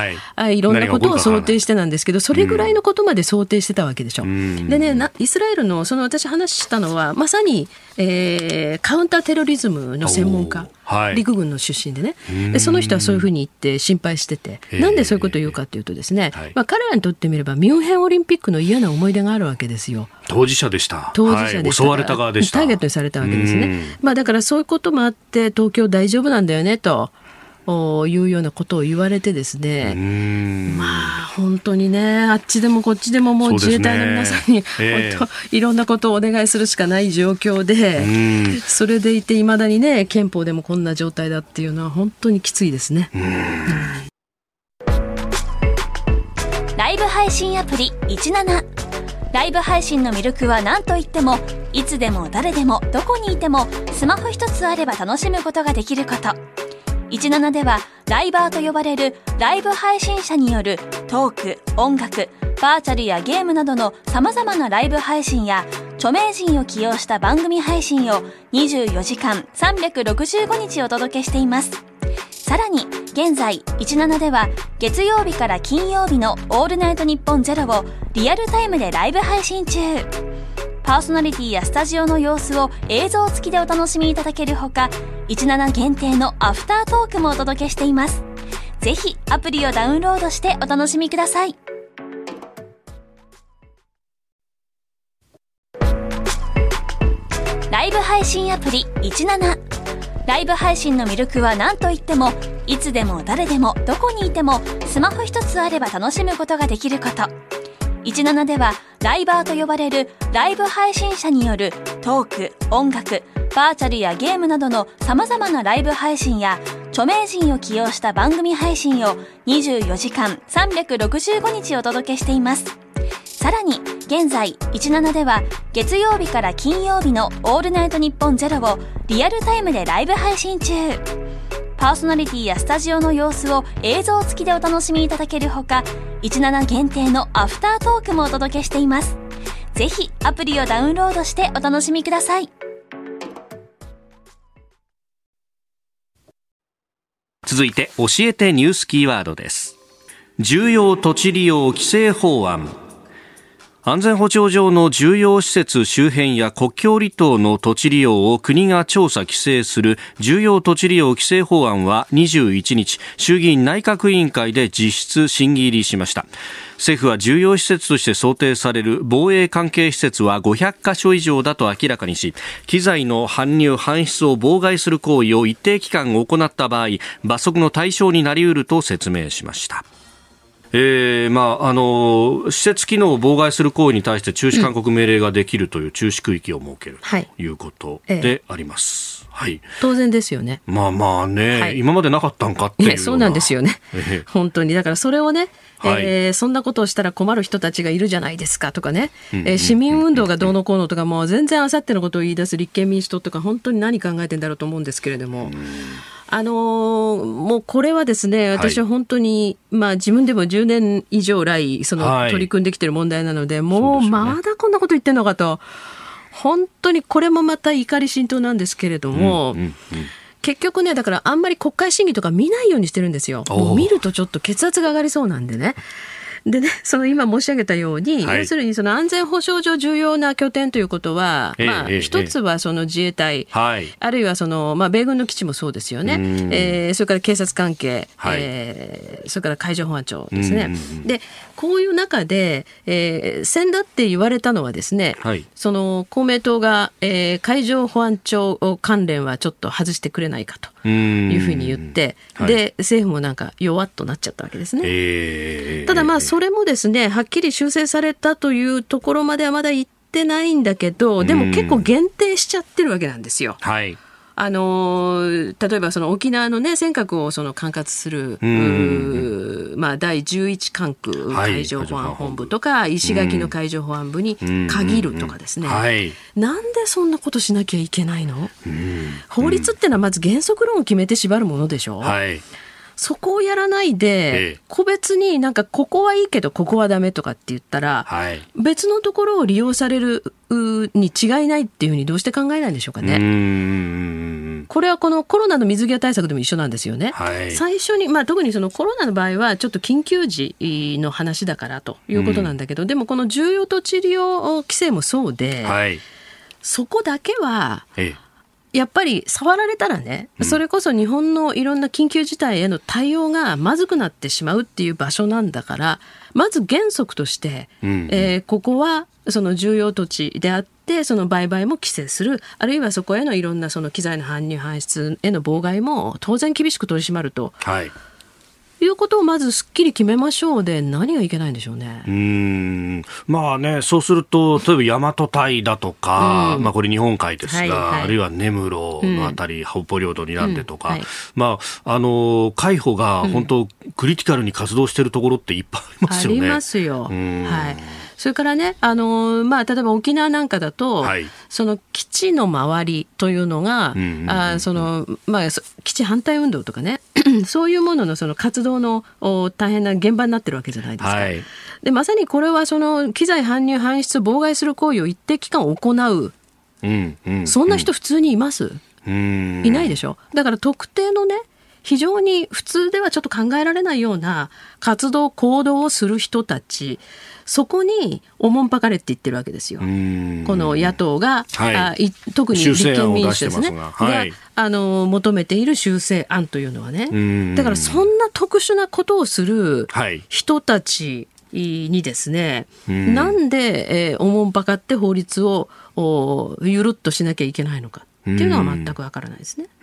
いろんなことを想定してなんですけど、それぐらいのことまで想定してたわけでしょ。でね、イスラエルのその私話したのはまさに、カウンターテロリズムの専門家、陸軍の出身でね、でその人はそういうふうに言って心配してて、なんでそういうことを言うかというとですね、彼らにとってみればミュンヘンオリンピックの嫌な思い出があるわけですよ。 当事者でした。襲われた側でした。 ターゲットにされたわけですね。だからそういうこともあって東京大丈夫なんだよねというようなことを言われてですね、まあ本当にね、あっちでもこっちでももう自衛隊の皆さんに、本当いろんなことをお願いするしかない状況で、それでいて未だにね、憲法でもこんな状態だっていうのは本当にきついですね。 ライブ配信アプリ17。ライブ配信の魅力は何といっても、いつでも誰でもどこにいてもスマホ一つあれば楽しむことができること。17ではライバーと呼ばれるライブ配信者によるトーク、音楽、バーチャルやゲームなどの様々なライブ配信や著名人を起用した番組配信を24時間365日お届けしています。さらに現在17では月曜日から金曜日のオールナイトニッポンゼロをリアルタイムでライブ配信中。パーソナリティやスタジオの様子を映像付きでお楽しみいただけるほか、17限定のアフタートークもお届けしています。ぜひアプリをダウンロードしてお楽しみください。ライブ配信アプリ17。ライブ配信の魅力は何といっても、いつでも誰でもどこにいてもスマホ一つあれば楽しむことができること。17ではライバーと呼ばれるライブ配信者によるトーク、音楽、バーチャルやゲームなどの様々なライブ配信や著名人を起用した番組配信を24時間365日お届けしています。さらに現在17では月曜日から金曜日のオールナイトニッポンゼロをリアルタイムでライブ配信中。パーソナリティやスタジオの様子を映像付きでお楽しみいただけるほか、17限定のアフタートークもお届けしています。ぜひアプリをダウンロードしてお楽しみください。 続いて教えてニュースキーワードです。重要土地利用規制法案。安全保障上の重要施設周辺や国境離島の土地利用を国が調査規制する重要土地利用規制法案は21日、衆議院内閣委員会で実質審議入りしました。政府は重要施設として想定される防衛関係施設は500カ所以上だと明らかにし、機材の搬入・搬出を妨害する行為を一定期間行った場合、罰則の対象になり得ると説明しました。施設機能を妨害する行為に対して中止勧告命令ができるという中止区域を設けるということであります。はい、 当然ですよね。 まあね、はい、今までなかったんかっていうような。 そうなんですよね。本当にだからそれをね、そんなことをしたら困る人たちがいるじゃないですかとかね、市民運動がどうのこうのとか、もう全然あさってのことを言い出す立憲民主党とか本当に何考えてんだろうと思うんですけれども、もうこれはですね、私は本当に、自分でも10年以上来取り組んできている問題なので、もうまだこんなこと言ってんのかと、本当にこれもまた怒り心頭なんですけれども、結局ね、だからあんまり国会審議とか見ないようにしてるんですよ。もう見るとちょっと血圧が上がりそうなんでね。でね、今申し上げたように、要するに安全保障上重要な拠点ということは、一つは自衛隊、あるいは米軍の基地もそうですよね。それから警察関係、それから海上保安庁ですね。で、こういう中で、先だって言われたのはですね、公明党が、海上保安庁関連はちょっと外してくれないかというふうに言って、で、政府もなんか弱っとなっちゃったわけですね。ただそれもですね、はっきり修正されたというところまではまだ行ってないんだけど、でも結構限定しちゃってるわけなんですよ。例えば沖縄のね、尖閣を管轄する第11管区海上保安本部とか、石垣の海上保安部に限るとかですね、なんでそんなことしなきゃいけないの？法律ってのはまず原則論を決めて縛るものでしょ。そこをやらないで、個別になんかここはいいけどここはダメとかって言ったら、別のところを利用されるに違いないっていうふうにどうして考えないんでしょうかね。これはこのコロナの水際対策でも一緒なんですよね。最初に、特にコロナの場合はちょっと緊急時の話だからということなんだけど、でもこの重要土地利用規制もそうで、そこだけはやっぱり触られたらね、それこそ日本のいろんな緊急事態への対応がまずくなってしまうっていう場所なんだから、まず原則として、ここはその重要土地であって、その売買も規制する、あるいはそこへのいろんなその機材の搬入搬出への妨害も当然厳しく取り締まると、いうことをまずすっきり決めましょうで、何がいけないんでしょうね。 まあね、そうすると例えば大和堆だとか、これ日本海ですが、あるいは根室のあたり、北方領土になんでとか、海保が本当クリティカルに活動しているところっていっぱいありますよね。 ありますよ。それからね、例えば沖縄なんかだと、その基地の周りというのが、基地反対運動とかねそういうもののその活動の大変な現場になってるわけじゃないですか。でまさにこれはその機材搬入搬出を妨害する行為を一定期間行う、そんな人普通にいます？いないでしょ。だから特定のね、非常に普通ではちょっと考えられないような活動行動をする人たち、そこにおもんぱかれって言ってるわけですよ。この野党が、特に立憲民主ですね、が求めている修正案というのはね、だからそんな特殊なことをする人たちにですね、なんで、おもんぱかって法律をゆるっとしなきゃいけないのかっていうのは全くわからないですね。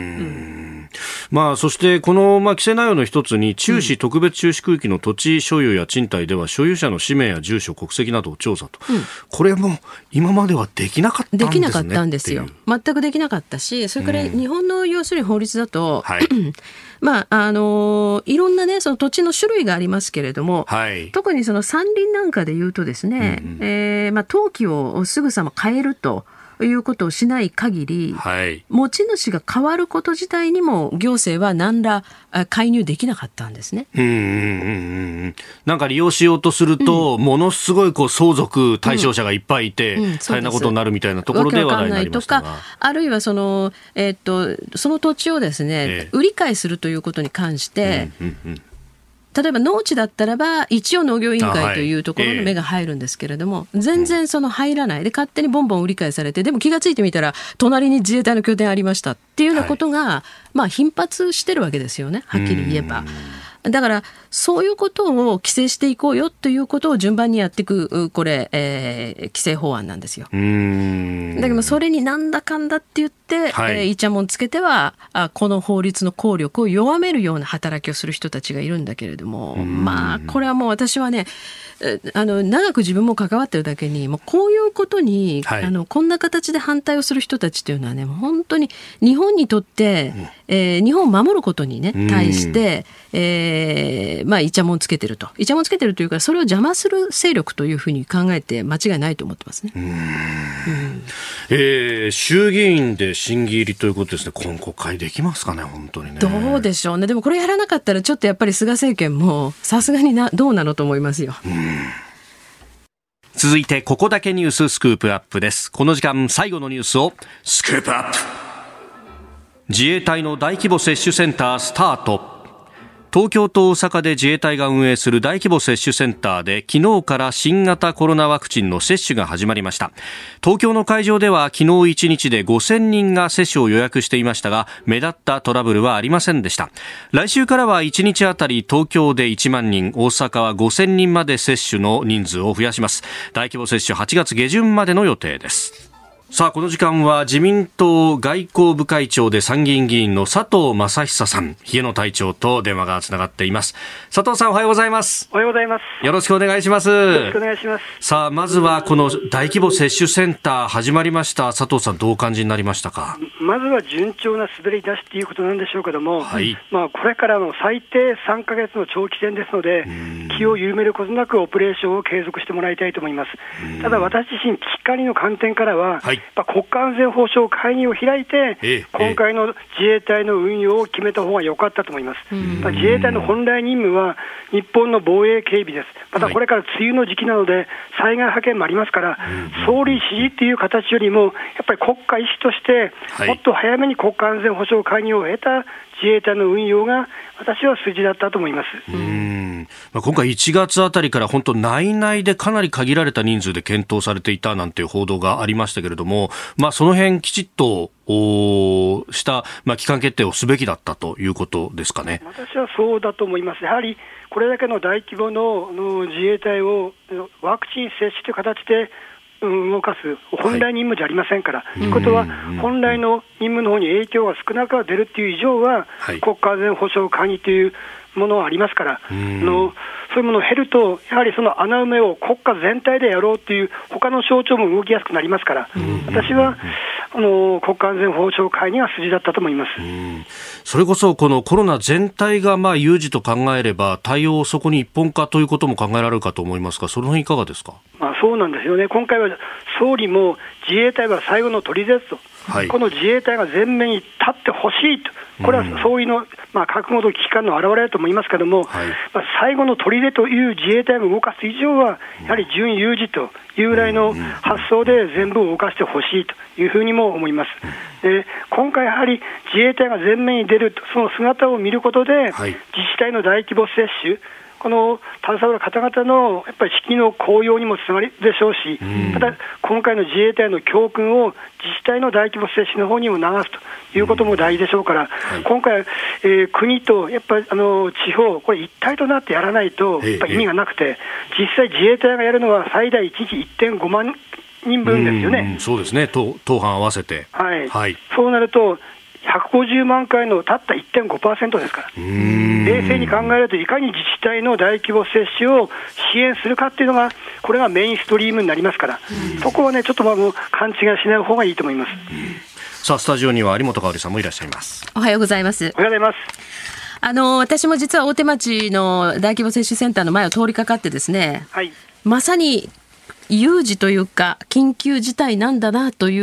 そしてこの、規制内容の一つに、注視特別注視区域の土地所有や賃貸では所有者の氏名や住所、国籍などを調査と、これも今まではできなかったんですね。 できなかったんですよ。全くできなかったし、それから日本の要するに法律だと、いろんなね、その土地の種類がありますけれども、特にその山林なんかで言うとですね、登記をすぐさま変えるということをしない限り、持ち主が変わること自体にも行政は何ら介入できなかったんですね。 なんか利用しようとすると、ものすごい相続対象者がいっぱいいて、大変なことになるみたいなところで話題になりましたが、あるいはその土地をですね、売り買いするということに関して、例えば農地だったらば一応農業委員会というところの目が入るんですけれども、全然その入らないで勝手にボンボン売り買いされて、でも気がついてみたら隣に自衛隊の拠点ありましたっていうようなことが、頻発してるわけですよね、はっきり言えば。だからそういうことを規制していこうよということを順番にやっていく、これ、規制法案なんですよ。だけどそれになんだかんだって言って、イチャモンつけてはこの法律の効力を弱めるような働きをする人たちがいるんだけれども、これはもう私はね、長く自分も関わってるだけに、もうこういうことに、こんな形で反対をする人たちというのはね、もう本当に日本にとって、日本を守ることにね対して、イチャモンつけてると、イチャモンつけてるというか、それを邪魔する勢力というふうに考えて間違いないと思ってますね。 衆議院で審議入りということですね。今国会できますかね、本当にね。 どうでしょうね。でもこれやらなかったらちょっとやっぱり菅政権もさすがにどうなのと思いますよ。 続いてここだけニューススクープアップです。この時間最後のニュースをスクープアップ。自衛隊の大規模接種センタースタート。東京と大阪で自衛隊が運営する大規模接種センターで昨日から新型コロナワクチンの接種が始まりました。東京の会場では昨日1日で5000人が接種を予約していましたが、目立ったトラブルはありませんでした。来週からは1日あたり東京で1万人、大阪は5000人まで接種の人数を増やします。大規模接種8月下旬までの予定です。さあ、この時間は自民党外交部会長で参議院議員の佐藤正久さん、冷えの隊長と電話がつながっています。佐藤さん、おはようございます。 おはようございます。 よろしくお願いします。 よろしくお願いします。 さあ、まずはこの大規模接種センター始まりました。佐藤さん、どうお感じになりましたか？ まずは順調な滑り出しということなんでしょうけども、これからの最低3ヶ月の長期戦ですので、気を緩めることなくオペレーションを継続してもらいたいと思います。ただ私自身、危機管理の観点からは、国家安全保障会議を開いて、今回の自衛隊の運用を決めた方が良かったと思います。自衛隊の本来任務は日本の防衛警備です。またこれから梅雨の時期なので災害派遣もありますから、総理指示という形よりもやっぱり国家意識として、もっと早めに国家安全保障会議を経た自衛隊の運用が私は筋だったと思います。 今回1月あたりから本当内々でかなり限られた人数で検討されていたなんていう報道がありましたけれども、その辺きちっとした、期間決定をすべきだったということですかね。 私はそうだと思います。やはりこれだけの大規模の自衛隊をワクチン接種という形で動かす本来任務じゃありませんから、ということは本来の任務の方に影響が少なくは出るという以上は、国家安全保障会議というものはありますから、そういうものを減ると、やはりその穴埋めを国家全体でやろうという他の省庁も動きやすくなりますから、私は国家安全保障会議が筋だったと思います。 それこそこのコロナ全体が有事と考えれば対応をそこに一本化ということも考えられるかと思いますが、その辺いかがですか。 そうなんですよね。今回は総理も自衛隊は最後の砦ですと、この自衛隊が前面に立ってほしいと、これは総理の覚悟と危機感の表れだと思いますけれども、最後の砦という自衛隊が動かす以上は、やはり準有事というぐらいの発想で全部を動かしてほしいというふうにも思います。で、今回やはり自衛隊が前面に出るその姿を見ることで、自治体の大規模接種、この携わる方々のやっぱり士気の高揚にもつながるでしょうし、また今回の自衛隊の教訓を自治体の大規模接種の方にも流すということも大事でしょうから、今回、国とやっぱり地方、これ一体となってやらないとやっぱり意味がなくて、実際自衛隊がやるのは最大1日 1.5 万人分ですよね。 そうですね、当班合わせて、 そうなると150万回のたった 1.5% ですから、冷静に考えるといかに自治体の大規模接種を支援するかっていうのが、これがメインストリームになりますから、そこはねちょっと勘違いしない方がいいと思います。 さあスタジオには有本香織さんもいらっしゃいます。 おはようございます。 おはようございます。 私も実は大手町の大規模接種センターの前を通りかかってですね、まさに有事というか緊急事態なんだなという、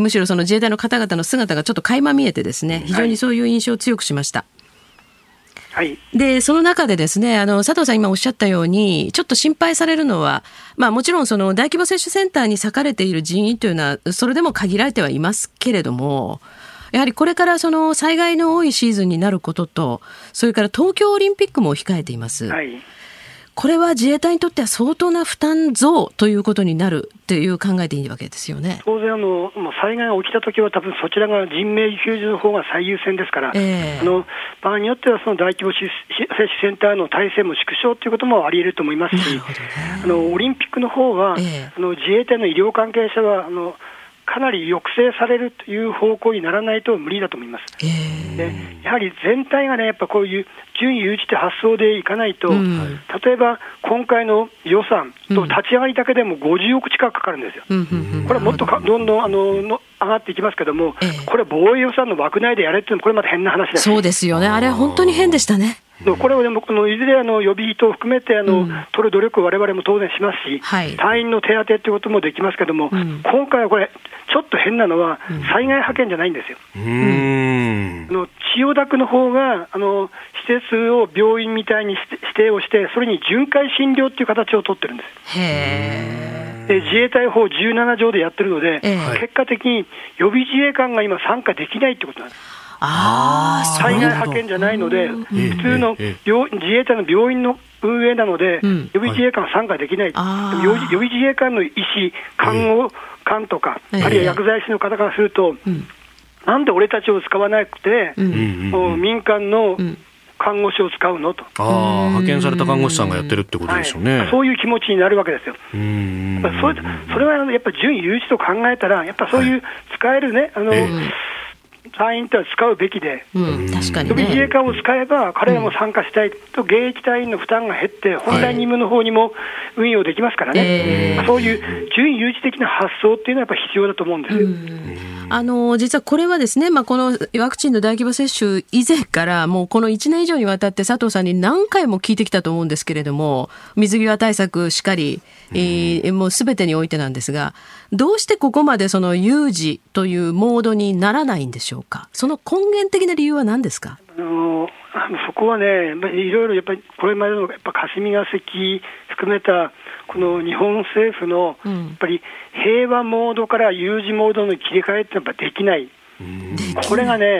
むしろその自衛隊の方々の姿がちょっと垣間見えてですね、非常にそういう印象を強くしました。でその中でですね、佐藤さん今おっしゃったようにちょっと心配されるのは、もちろんその大規模接種センターに割かれている人員というのはそれでも限られてはいますけれども、やはりこれからその災害の多いシーズンになることと、それから東京オリンピックも控えています。これは自衛隊にとっては相当な負担増ということになるという考えでいいわけですよね。 当然災害が起きたときは多分そちらが人命救助の方が最優先ですから、場合によってはその大規模接種センターの体制も縮小ということもあり得ると思いますし、オリンピックの方は、自衛隊の医療関係者はかなり抑制されるという方向にならないと無理だと思います。でやはり全体がね、やっぱこういう準有事って発想でいかないと、例えば今回の予算と立ち上がりだけでも50億近くかかるんですよ。これはもっとどんどん上がっていきますけども、これ防衛予算の枠内でやれっていうのもこれまた変な話です。 そうですよね。あれは本当に変でしたね。 これをでもいずれ予備費を含めて取る努力を我々も当然しますし、隊員の手当てということもできますけども、今回はこれちょっと変なのは災害派遣じゃないんですよ。千代田区の方が施設を病院みたいに指定をして、それに巡回診療という形を取ってるんです。で自衛隊法17条でやってるので、結果的に予備自衛官が今参加できないってことなんです。災害派遣じゃないので、普通の自衛隊の病院の運営なので、予備自衛官は参加できない。予備自衛官の医師、看護官とか、あるいは薬剤師の方からすると、なんで俺たちを使わなくて、民間の看護師を使うのと。 派遣された看護師さんがやってるってことですよね。 そういう気持ちになるわけですよ。それはやっぱり準有事と考えたら、やっぱそういう使えるね、隊員とは使うべきで、 確かに予備自衛官を使えば彼らも参加したいと、現役隊員の負担が減って本来任務の方にも運用できますからね、そういう準有事的な発想っていうのはやっぱり必要だと思うんですよ。 実はこれはですね、このワクチンの大規模接種以前からもうこの1年以上にわたって佐藤さんに何回も聞いてきたと思うんですけれども、水際対策しかり、もう全てにおいてなんですが、どうしてここまでその有事というモードにならないんでしょうか。その根源的な理由は何ですか。 そこはね、いろいろやっぱりこれまでのやっぱ霞が関含めたこの日本政府のやっぱり平和モードから有事モードの切り替えってやっぱできない。これがね、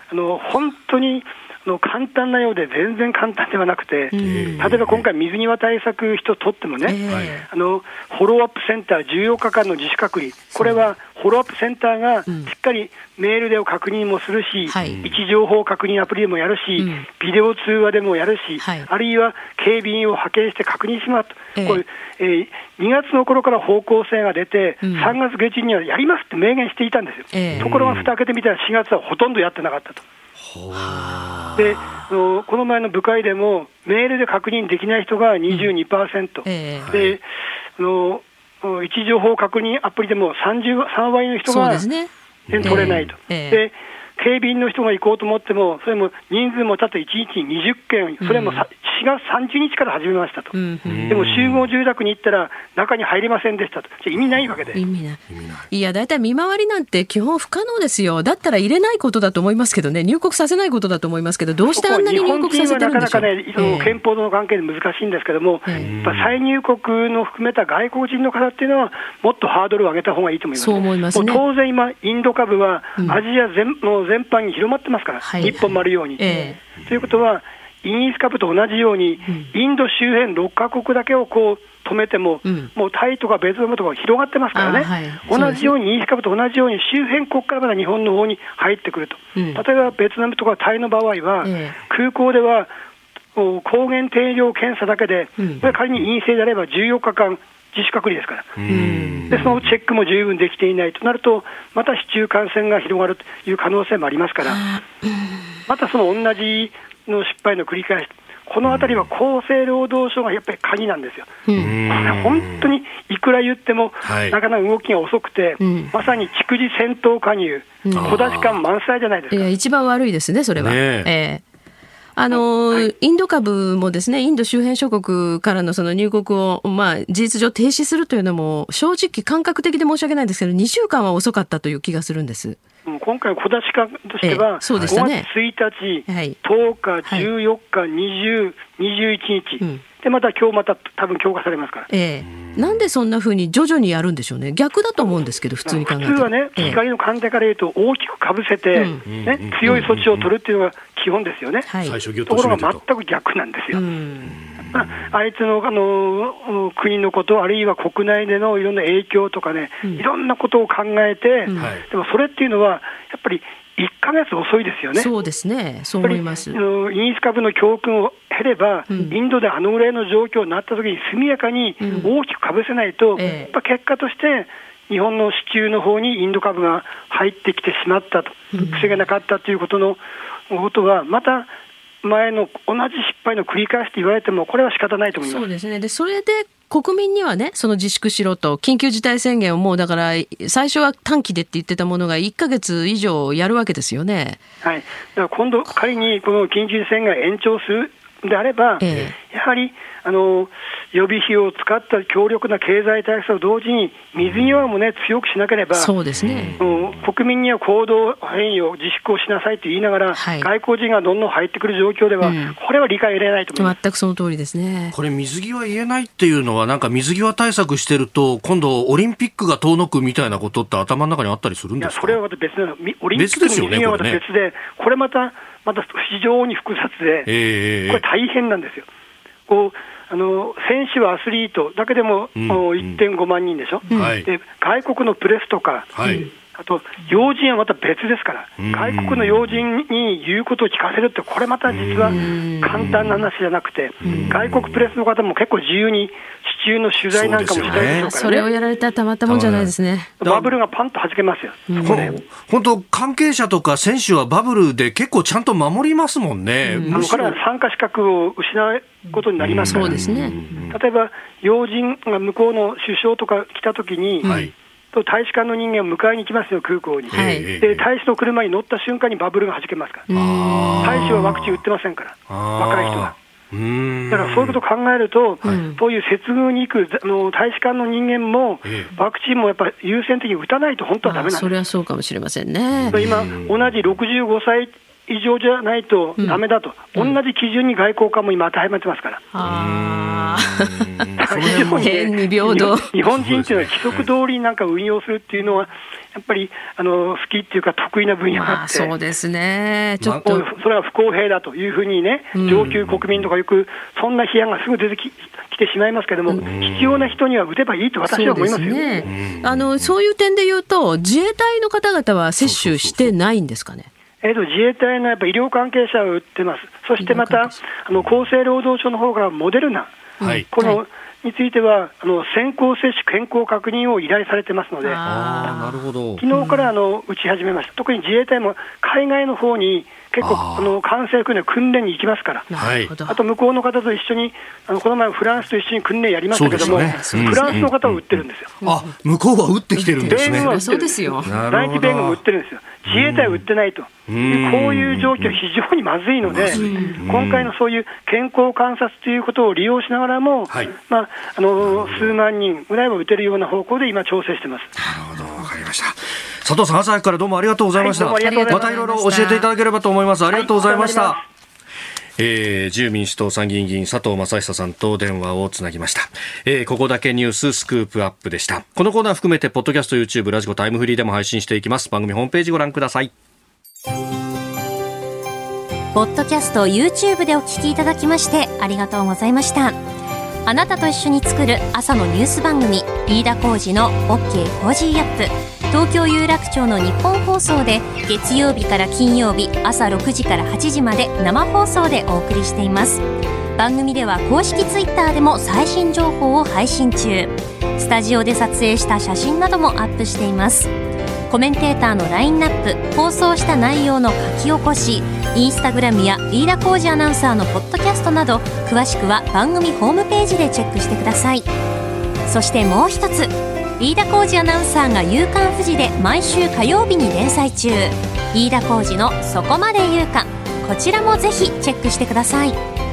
本当に簡単なようで全然簡単ではなくて、例えば今回水際対策一つとってもね、フォローアップセンター14日間の自主隔離、これはフォローアップセンターがしっかりメールで確認もするし、位置情報確認アプリでもやるし、ビデオ通話でもやるし、あるいは警備員を派遣して確認しますと、これ2月の頃から方向性が出て、3月下旬にはやりますって明言していたんですよ。ところが蓋開けてみたら4月はほとんどやってなかったと。でこの前の部会でもメールで確認できない人が 22%、で位置情報確認アプリでも3割の人が点取れないと。で警備員の人が行こうと思っても、それも人数もたった1日に20件、それも4月30日から始めましたと、でも集合住宅に行ったら中に入れませんでしたと。じゃ意味ないわけで。 意味ない。いや、だいたい見回りなんて基本不可能ですよ。だったら入れないことだと思いますけどね、入国させないことだと思いますけど、どうしてあんなに入国させてるんでしょう。 日本人はなかなかね、憲法との関係で難しいんですけども、やっぱ再入国の含めた外国人の方っていうのはもっとハードルを上げた方がいいと思います。 そう思いますね。 当然今インド株はアジア全般に広まってますから、日本もあるように、ということはイギリス株と同じように、インド周辺6カ国だけをこう止めても、もうタイとかベトナムとか広がってますからね、同じようにイギリス株と同じように周辺国からまだ日本の方に入ってくると、例えばベトナムとかタイの場合は、空港では抗原定量検査だけで、これ仮に陰性であれば14日間自主隔離ですから、でそのチェックも十分できていないとなると、また市中感染が広がるという可能性もありますから、またその同じの失敗の繰り返し、このあたりは厚生労働省がやっぱり鍵なんですよ。これ本当にいくら言っても、なかなか動きが遅くて、まさに逐次戦闘加入、小出し感満載じゃないですか。 いや、一番悪いですね、それは。インド株もですね、インド周辺諸国からのその入国を、事実上停止するというのも、正直感覚的で申し訳ないんですけど、2週間は遅かったという気がするんです。 今回の小出し感としては、 そうでしたね、 5月1日、10日、14日、20、21日、でまた今日また多分強化されますから。 なんでそんな風に徐々にやるんでしょうね。逆だと思うんですけど、普通に考えて。 普通はね、危機管理の観点から言うと大きくかぶせて、強い措置を取るっていうのが基本ですよね。ところが全く逆なんですよ。相手の国のこと、あるいは国内でのいろんな影響とかね、いろんなことを考えて、でもそれっていうのはやっぱり1ヶ月遅いですよね。 そうですね、そう思います。 イギリス株の教訓を経れば、インドであのぐらいの状況になったときに速やかに大きくかぶせないと、やっぱ結果として日本の市中の方にインド株が入ってきてしまったと、防げなかったということは、また前の同じ失敗の繰り返しと言われても、これは仕方ないと思います。 そうですね。でそれで国民にはね、その自粛しろと、緊急事態宣言をもうだから最初は短期でって言ってたものが1ヶ月以上やるわけですよね。 だから今度仮にこの緊急事態宣言を延長するであれば、やはり予備費を使った強力な経済対策と同時に水際もね、強くしなければ、 そうですね、 国民には行動変容を自粛をしなさいと言いながら、外国人がどんどん入ってくる状況では、これは理解得られないと思います。 全くその通りですね。 これ水際言えないっていうのは、なんか水際対策してると今度オリンピックが遠のくみたいなことって頭の中にあったりするんですか。 いや、それはまた別なの。オリンピックの水際はまた別で、これまた非常に複雑で、これ大変なんですよ。選手はアスリートだけでも 1.5 万人でしょ、で外国のプレスとか、あと要人はまた別ですから、外国の要人に言うことを聞かせるって、これまた実は簡単な話じゃなくて、外国プレスの方も結構自由に市中の取材なんかもしたいでしょうからね。 それをやられたらたまったもんじゃないですね。 バブルがパンと弾けますよ。 本当関係者とか選手はバブルで結構ちゃんと守りますもんね。 彼ら参加資格を失うことになりますから、 そうですね。 例えば要人が向こうの首相とか来たときに、大使館の人間を迎えに行きますよ、空港に。で大使の車に乗った瞬間にバブルが弾けますから。大使はワクチン打ってませんから、若い人は。だからそういうことを考えると、そういう接遇に行く大使館の人間も、ワクチンもやっぱり優先的に打たないと本当はダメなんです。 それはそうかもしれませんね。 今同じ65歳異常じゃないとダメだと、同じ基準に外交官も今当てはまってますから。 変に平等。 日本人っていうのは規則通りになんか運用するっていうのはやっぱり好きっていうか得意な分野があって、 そうですね、ちょっとそれは不公平だというふうにね、上級国民とかよくそんな批判がすぐ出てきてしまいますけれども、必要な人には打てばいいと私は思いますよ。 そういう点で言うと、自衛隊の方々は接種してないんですかね。 自衛隊のやっぱ医療関係者は打ってます。そしてまた厚生労働省の方からモデルナ、このについては先行接種健康確認を依頼されてますので、 なるほど、 昨日から打ち始めました。特に自衛隊も海外の方に結構感染訓練に行きますから、あと向こうの方と一緒にこの前フランスと一緒に訓練やりましたけども、フランスの方を打ってるんですよ。 向こうは打ってきてるんですね。 そうですよ。 第一米軍も打ってるんですよ。自衛隊は打ってないと、こういう状況は非常にまずいので、今回のそういう健康観察ということを利用しながらも、数万人ぐらいは打てるような方向で今調整してます。 なるほど、わかりました。佐藤さん、朝早くからどうもありがとうございました。またいろいろ教えていただければと思います。ありがとうございました。自由民主党参議院議員佐藤正久さんと電話をつなぎました。ここだけニューススクープアップでした。このコーナー含めてポッドキャスト、YouTube、ラジコ、タイムフリーでも配信していきます。番組ホームページご覧ください。 ポッドキャスト YouTube でお聞きいただきましてありがとうございました。あなたと一緒に作る朝のニュース番組、飯田浩司の OK コージーアップ。東京有楽町の日本放送で月曜日から金曜日朝6時から8時まで生放送でお送りしています。番組では公式ツイッターでも最新情報を配信中。スタジオで撮影した写真などもアップしています。コメンテーターのラインナップ、放送した内容の書き起こし、インスタグラムや飯田浩司アナウンサーのポッドキャストなど、詳しくは番組ホームページでチェックしてください。そしてもう一つ、飯田浩司アナウンサーが夕刊フジで毎週火曜日に連載中、飯田浩司のそこまで言うか、こちらもぜひチェックしてください。